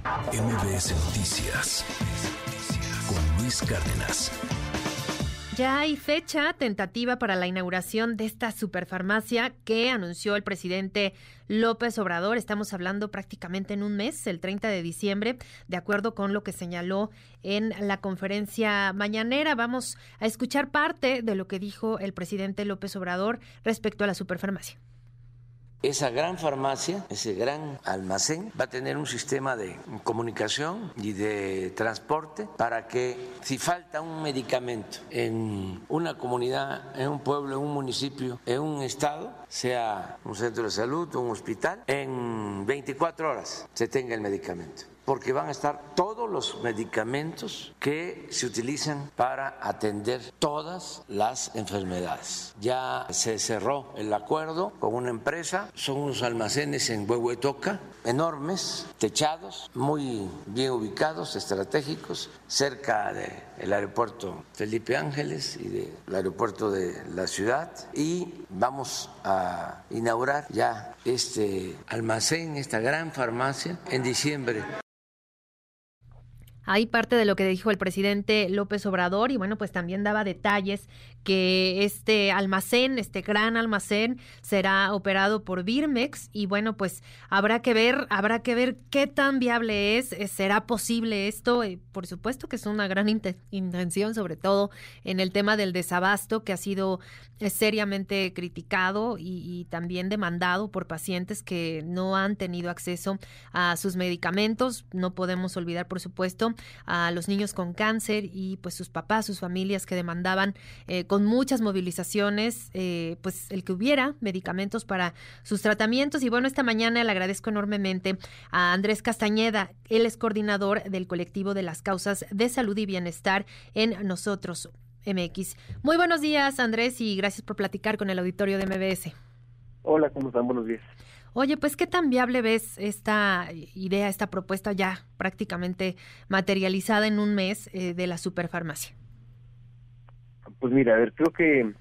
MBS Noticias con Luis Cárdenas. Ya hay fecha tentativa para la inauguración de esta superfarmacia que anunció el presidente López Obrador. Estamos hablando prácticamente en un mes, el 30 de diciembre, de acuerdo con lo que señaló en la conferencia mañanera. Vamos a escuchar parte de lo que dijo el presidente López Obrador respecto a la superfarmacia. Esa gran farmacia, ese gran almacén, va a tener un sistema de comunicación y de transporte para que si falta un medicamento en una comunidad, en un pueblo, en un municipio, en un estado, sea un centro de salud o un hospital, en 24 horas se tenga el medicamento. Porque van a estar todos los medicamentos que se utilizan para atender todas las enfermedades. Ya se cerró el acuerdo con una empresa, son unos almacenes en Huehuetoca, enormes, techados, muy bien ubicados, estratégicos, cerca del aeropuerto Felipe Ángeles y del aeropuerto de la ciudad. Y vamos a inaugurar ya este almacén, esta gran farmacia, en diciembre. Hay parte de lo que dijo el presidente López Obrador y bueno, pues también daba detalles que este almacén, este gran almacén será operado por Birmex y bueno, pues habrá que ver qué tan viable es, será posible esto. Por supuesto que es una gran intención, sobre todo en el tema del desabasto que ha sido seriamente criticado y también demandado por pacientes que no han tenido acceso a sus medicamentos. No podemos olvidar, por supuesto, a los niños con cáncer y pues sus papás, sus familias que demandaban con muchas movilizaciones pues el que hubiera medicamentos para sus tratamientos. Y bueno, esta mañana le agradezco enormemente a Andrés Castañeda, él es coordinador del colectivo de las causas de salud y bienestar en Nosotros MX. Muy buenos días, Andrés, y gracias por platicar con el auditorio de MBS. Hola, ¿cómo están? Buenos días. Oye, pues, ¿qué tan viable ves esta idea, esta propuesta ya prácticamente materializada en un mes de la superfarmacia? Pues mira, a ver, creo que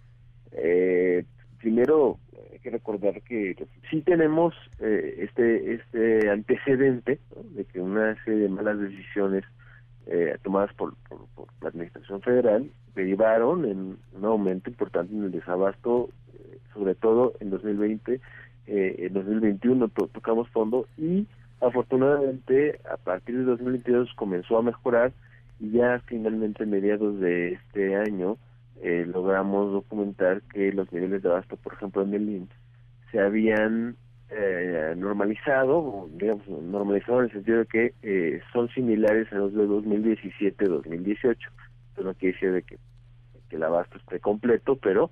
primero hay que recordar que sí tenemos este antecedente, ¿no?, de que una serie de malas decisiones tomadas por la Administración Federal derivaron en un aumento importante en el desabasto, sobre todo en 2020. En 2021 tocamos fondo y afortunadamente a partir de 2022 comenzó a mejorar y ya finalmente a mediados de este año logramos documentar que los niveles de abasto, por ejemplo en el IMSS, se habían normalizado en el sentido de que son similares a los de 2017-2018. Esto no quiere decir de que el abasto esté completo, pero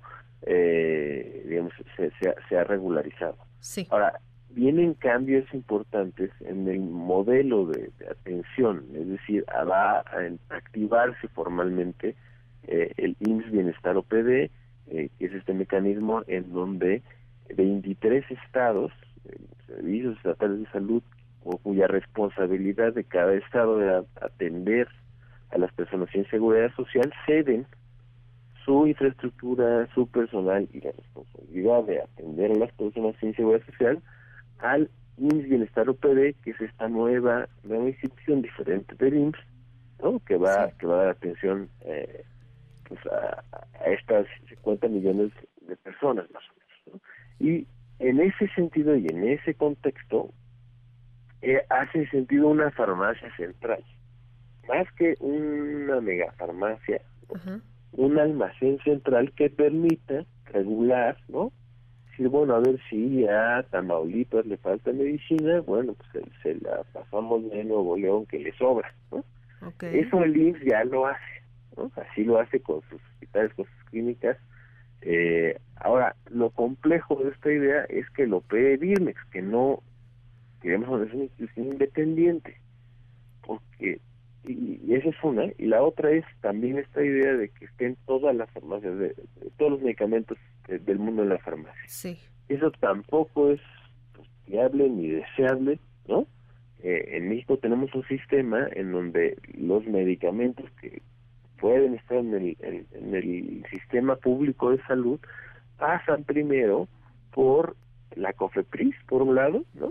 se ha regularizado. Sí. Ahora, vienen cambios importantes en el modelo de atención, es decir, va a activarse formalmente el IMSS Bienestar OPD, que es este mecanismo en donde 23 estados, servicios estatales de salud, cuya responsabilidad de cada estado era atender a las personas sin seguridad social, ceden su infraestructura, su personal y la responsabilidad de atender a las personas sin seguridad social al IMSS Bienestar OPD, que es esta nueva institución diferente del IMSS, ¿no?, que va a dar atención pues a estas 50 millones de personas más o menos, ¿no? Y en ese sentido y en ese contexto hace sentido una farmacia central, más que una megafarmacia, ¿no?, un almacén central que permita regular, ¿no? Decir, bueno, a ver si a Tamaulipas le falta medicina, bueno, pues se la pasamos de Nuevo León que le sobra, ¿no? Okay. Eso el IMSS ya lo hace, ¿no? Así lo hace con sus hospitales, con sus clínicas. Ahora, lo complejo de esta idea es que lo pide Birmex, que no, digamos, es una institución independiente, porque y esa es una, y la otra es también esta idea de que estén todas las farmacias, de todos los medicamentos del mundo en la farmacia. Sí. Eso tampoco es viable ni deseable, ¿no? En México tenemos un sistema en donde los medicamentos que pueden estar en el sistema público de salud pasan primero por la COFEPRIS, por un lado, ¿no?,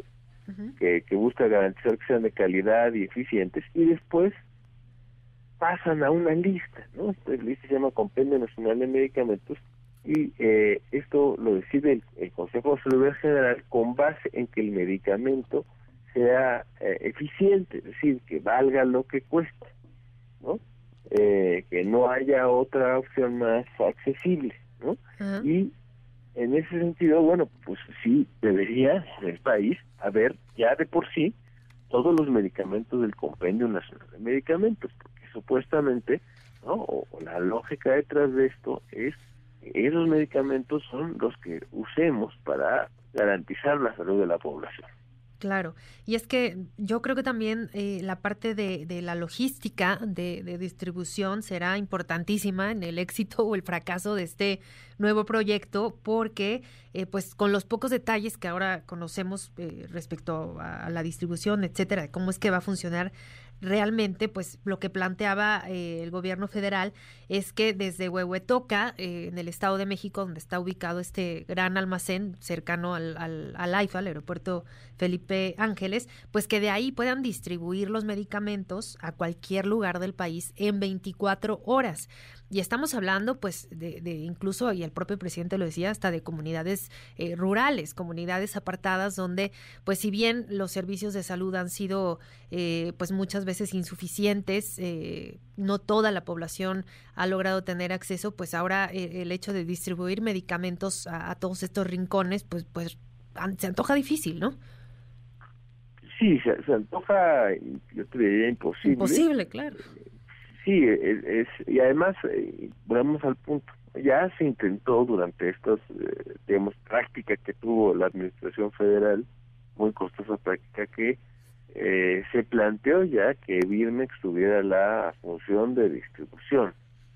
que busca garantizar que sean de calidad y eficientes, y después pasan a una lista, ¿no? Esta lista se llama Compendio Nacional de Medicamentos, y esto lo decide el Consejo de Salud General con base en que el medicamento sea eficiente, es decir, que valga lo que cuesta, ¿no? Que no haya otra opción más accesible, ¿no? Y en ese sentido, bueno, pues sí debería en el país haber ya de por sí todos los medicamentos del Compendio Nacional de Medicamentos, porque supuestamente, ¿no? O la lógica detrás de esto es que esos medicamentos son los que usemos para garantizar la salud de la población. Claro, y es que yo creo que también la parte de la logística de distribución será importantísima en el éxito o el fracaso de este nuevo proyecto, porque pues con los pocos detalles que ahora conocemos respecto a la distribución, etcétera, de cómo es que va a funcionar realmente, pues lo que planteaba el gobierno federal es que desde Huehuetoca, en el Estado de México, donde está ubicado este gran almacén cercano al AIFA, al aeropuerto Felipe Ángeles, pues que de ahí puedan distribuir los medicamentos a cualquier lugar del país en 24 horas. Y estamos hablando pues de incluso, y el propio presidente lo decía, hasta de comunidades rurales, comunidades apartadas donde pues si bien los servicios de salud han sido pues muchas veces insuficientes, no toda la población ha logrado tener acceso, pues ahora el hecho de distribuir medicamentos a todos estos rincones pues se antoja difícil, ¿no? Sí, se antoja, yo te diría imposible. Imposible, claro. Sí, y además, volvemos al punto, ya se intentó durante estas, digamos, prácticas que tuvo la administración federal, muy costosa práctica, que se planteó ya que Birmex tuviera la función de distribución,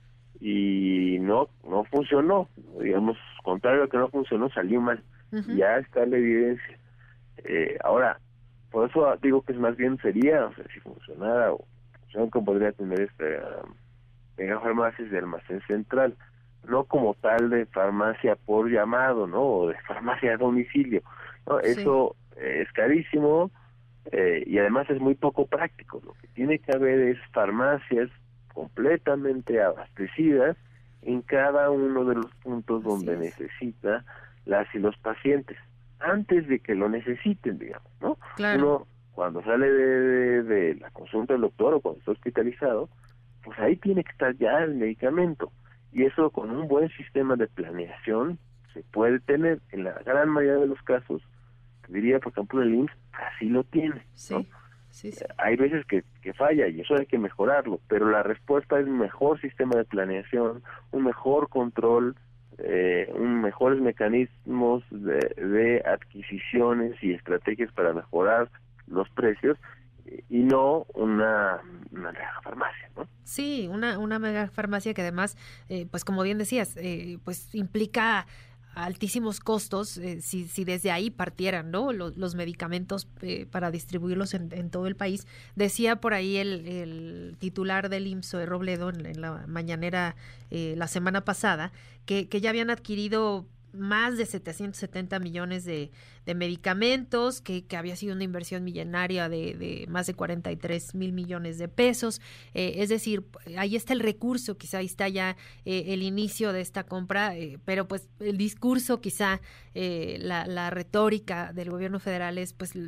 y no funcionó, digamos, contrario a que no funcionó, salió mal, ya está la evidencia. Ahora, por eso digo que es más bien sería, o sea, si funcionara o que podría tener megafarmacias de almacén central, no como tal de farmacia por llamado, ¿no? O de farmacia a domicilio, ¿no? Sí. Eso es carísimo y además es muy poco práctico. Lo que tiene que haber es farmacias completamente abastecidas en cada uno de los puntos donde necesita las y los pacientes, antes de que lo necesiten, digamos, ¿no? Claro. Uno, cuando sale de la consulta del doctor o cuando está hospitalizado, pues ahí tiene que estar ya el medicamento. Y eso con un buen sistema de planeación se puede tener. En la gran mayoría de los casos, diría, por ejemplo, el IMSS así lo tiene, ¿no? Sí. Hay veces que falla y eso hay que mejorarlo, pero la respuesta es un mejor sistema de planeación, un mejor control, un mejores mecanismos de adquisiciones y estrategias para mejorar los precios y no una mega farmacia, ¿no? Sí, una mega farmacia que además, pues como bien decías, pues implica altísimos costos si desde ahí partieran, ¿no? Los medicamentos para distribuirlos en todo el país. Decía por ahí el titular del IMSS, Zoe Robledo, en la mañanera la semana pasada, que ya habían adquirido más de 770 millones de medicamentos, que había sido una inversión millonaria de más de 43 mil millones de pesos. Es decir, ahí está el recurso, quizá ahí está ya el inicio de esta compra, pero pues el discurso, quizá la retórica del gobierno federal es pues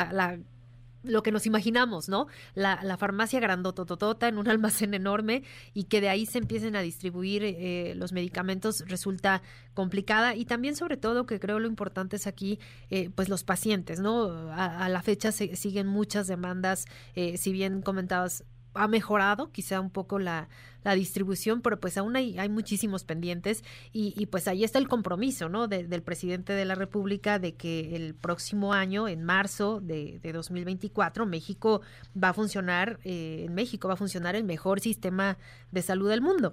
lo que nos imaginamos, ¿no? La farmacia grandototota en un almacén enorme y que de ahí se empiecen a distribuir los medicamentos resulta complicada y también sobre todo que creo lo importante es aquí pues los pacientes, ¿no? A la fecha siguen muchas demandas, si bien comentabas ha mejorado quizá un poco la distribución, pero pues aún hay muchísimos pendientes y pues ahí está el compromiso, ¿no? Del presidente de la República de que el próximo año, en marzo de 2024, México va a funcionar el mejor sistema de salud del mundo.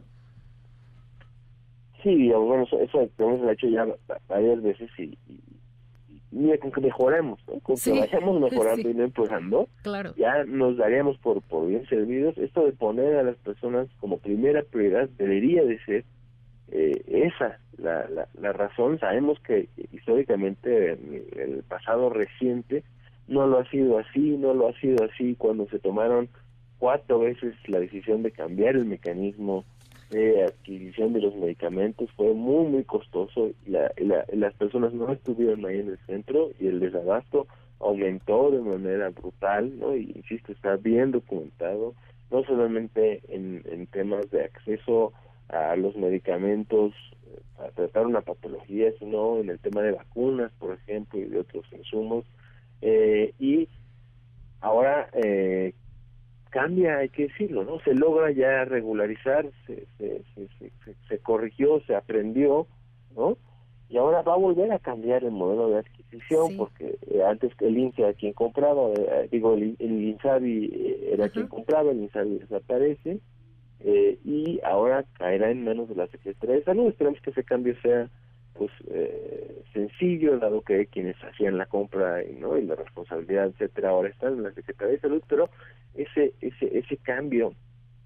Sí, bueno, eso hemos hecho ya varias veces y mira, con que mejoremos, ¿no? Con que vayamos mejorando y no empujando, claro, ya nos daríamos por bien servidos. Esto de poner a las personas como primera prioridad debería de ser esa la razón. Sabemos que históricamente en el pasado reciente no lo ha sido así cuando se tomaron 4 veces la decisión de cambiar el mecanismo de adquisición de los medicamentos. Fue muy, muy costoso y las personas no estuvieron ahí en el centro y el desabasto aumentó de manera brutal, ¿no? Y insisto, está bien documentado, no solamente en temas de acceso a los medicamentos para tratar una patología, sino en el tema de vacunas, por ejemplo, y de otros insumos. Y ahora cambia, hay que decirlo, ¿no? Se logra ya regularizar, se corrigió, se aprendió, ¿no? Y ahora va a volver a cambiar el modelo de adquisición, sí, porque antes el INSSE era quien compraba, el INSABI era quien compraba, el INSABI desaparece, y ahora caerá en manos de la Secretaría de Salud. Esperamos que ese cambio sea pues sencillo, dado que quienes hacían la compra, ¿no?, y la responsabilidad, etcétera, ahora están en la Secretaría de Salud, pero ese cambio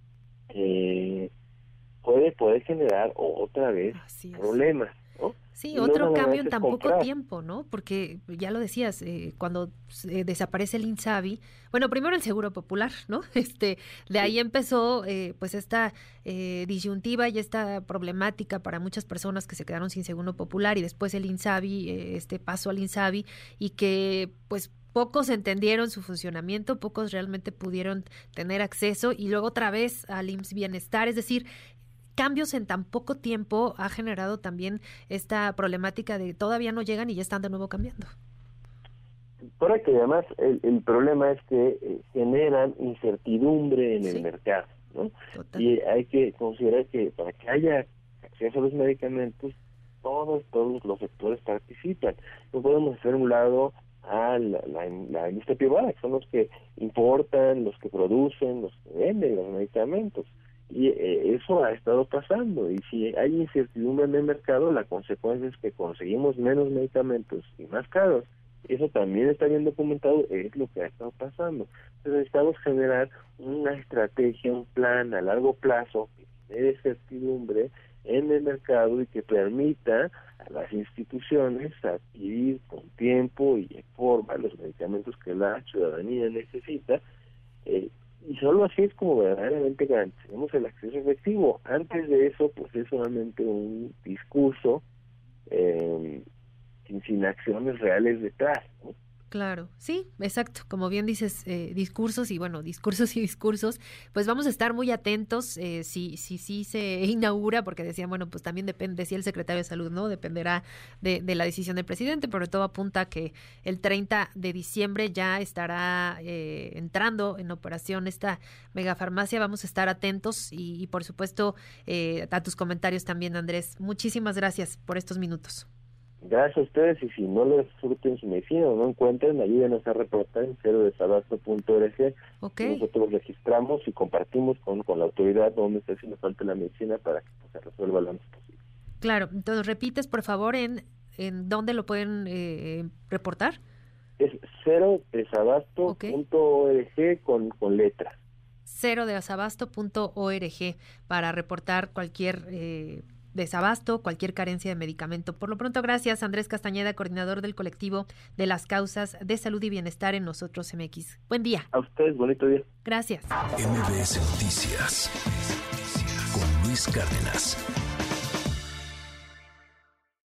puede generar otra vez problemas, ¿no? Sí, y otro cambio en tan poco tiempo, ¿no? Porque ya lo decías, cuando desaparece el INSABI, bueno, primero el Seguro Popular, ¿no? De ahí empezó pues esta disyuntiva y esta problemática para muchas personas que se quedaron sin Seguro Popular, y después el INSABI, este paso al INSABI, y que pues pocos entendieron su funcionamiento, pocos realmente pudieron tener acceso, y luego otra vez al IMSS Bienestar. Es decir, cambios en tan poco tiempo ha generado también esta problemática de todavía no llegan y ya están de nuevo cambiando. Correcto, y además el problema es que generan incertidumbre en el mercado, ¿no? Total. Y hay que considerar que para que haya acceso a los medicamentos, todos los sectores participan. No podemos hacer un lado a la industria privada, que son los que importan, los que producen, los que venden los medicamentos. Y eso ha estado pasando, y si hay incertidumbre en el mercado, la consecuencia es que conseguimos menos medicamentos y más caros. Eso también está bien documentado, es lo que ha estado pasando. Entonces necesitamos generar una estrategia, un plan a largo plazo que genere certidumbre en el mercado y que permita a las instituciones adquirir con tiempo y en forma los medicamentos que la ciudadanía necesita, y solo así es como verdaderamente garantizamos el acceso efectivo. Antes de eso, pues es solamente un discurso sin acciones reales detrás, ¿no? Claro, sí, exacto. Como bien dices, discursos y discursos, pues vamos a estar muy atentos si se inaugura, porque decían, bueno, pues también depende, decía el secretario de Salud, ¿no? Dependerá de la decisión del presidente, pero todo apunta a que el 30 de diciembre ya estará entrando en operación esta megafarmacia. Vamos a estar atentos y por supuesto, a tus comentarios también, Andrés. Muchísimas gracias por estos minutos. Gracias a ustedes, y si no les surten su medicina o no encuentran, ayúdenos a reportar en cerodesabasto.org. Okay. Nosotros registramos y compartimos con la autoridad donde está haciendo falta la medicina para que se resuelva lo antes posible. Claro, entonces repites por favor en dónde lo pueden reportar. Es cerodesabasto.org con letras. cerodesabasto.org para reportar cualquier desabasto, cualquier carencia de medicamento. Por lo pronto, gracias, Andrés Castañeda, coordinador del colectivo de las causas de salud y bienestar en Nosotros MX. Buen día. A ustedes, bonito día. Gracias. MBS Noticias con Luis Cárdenas.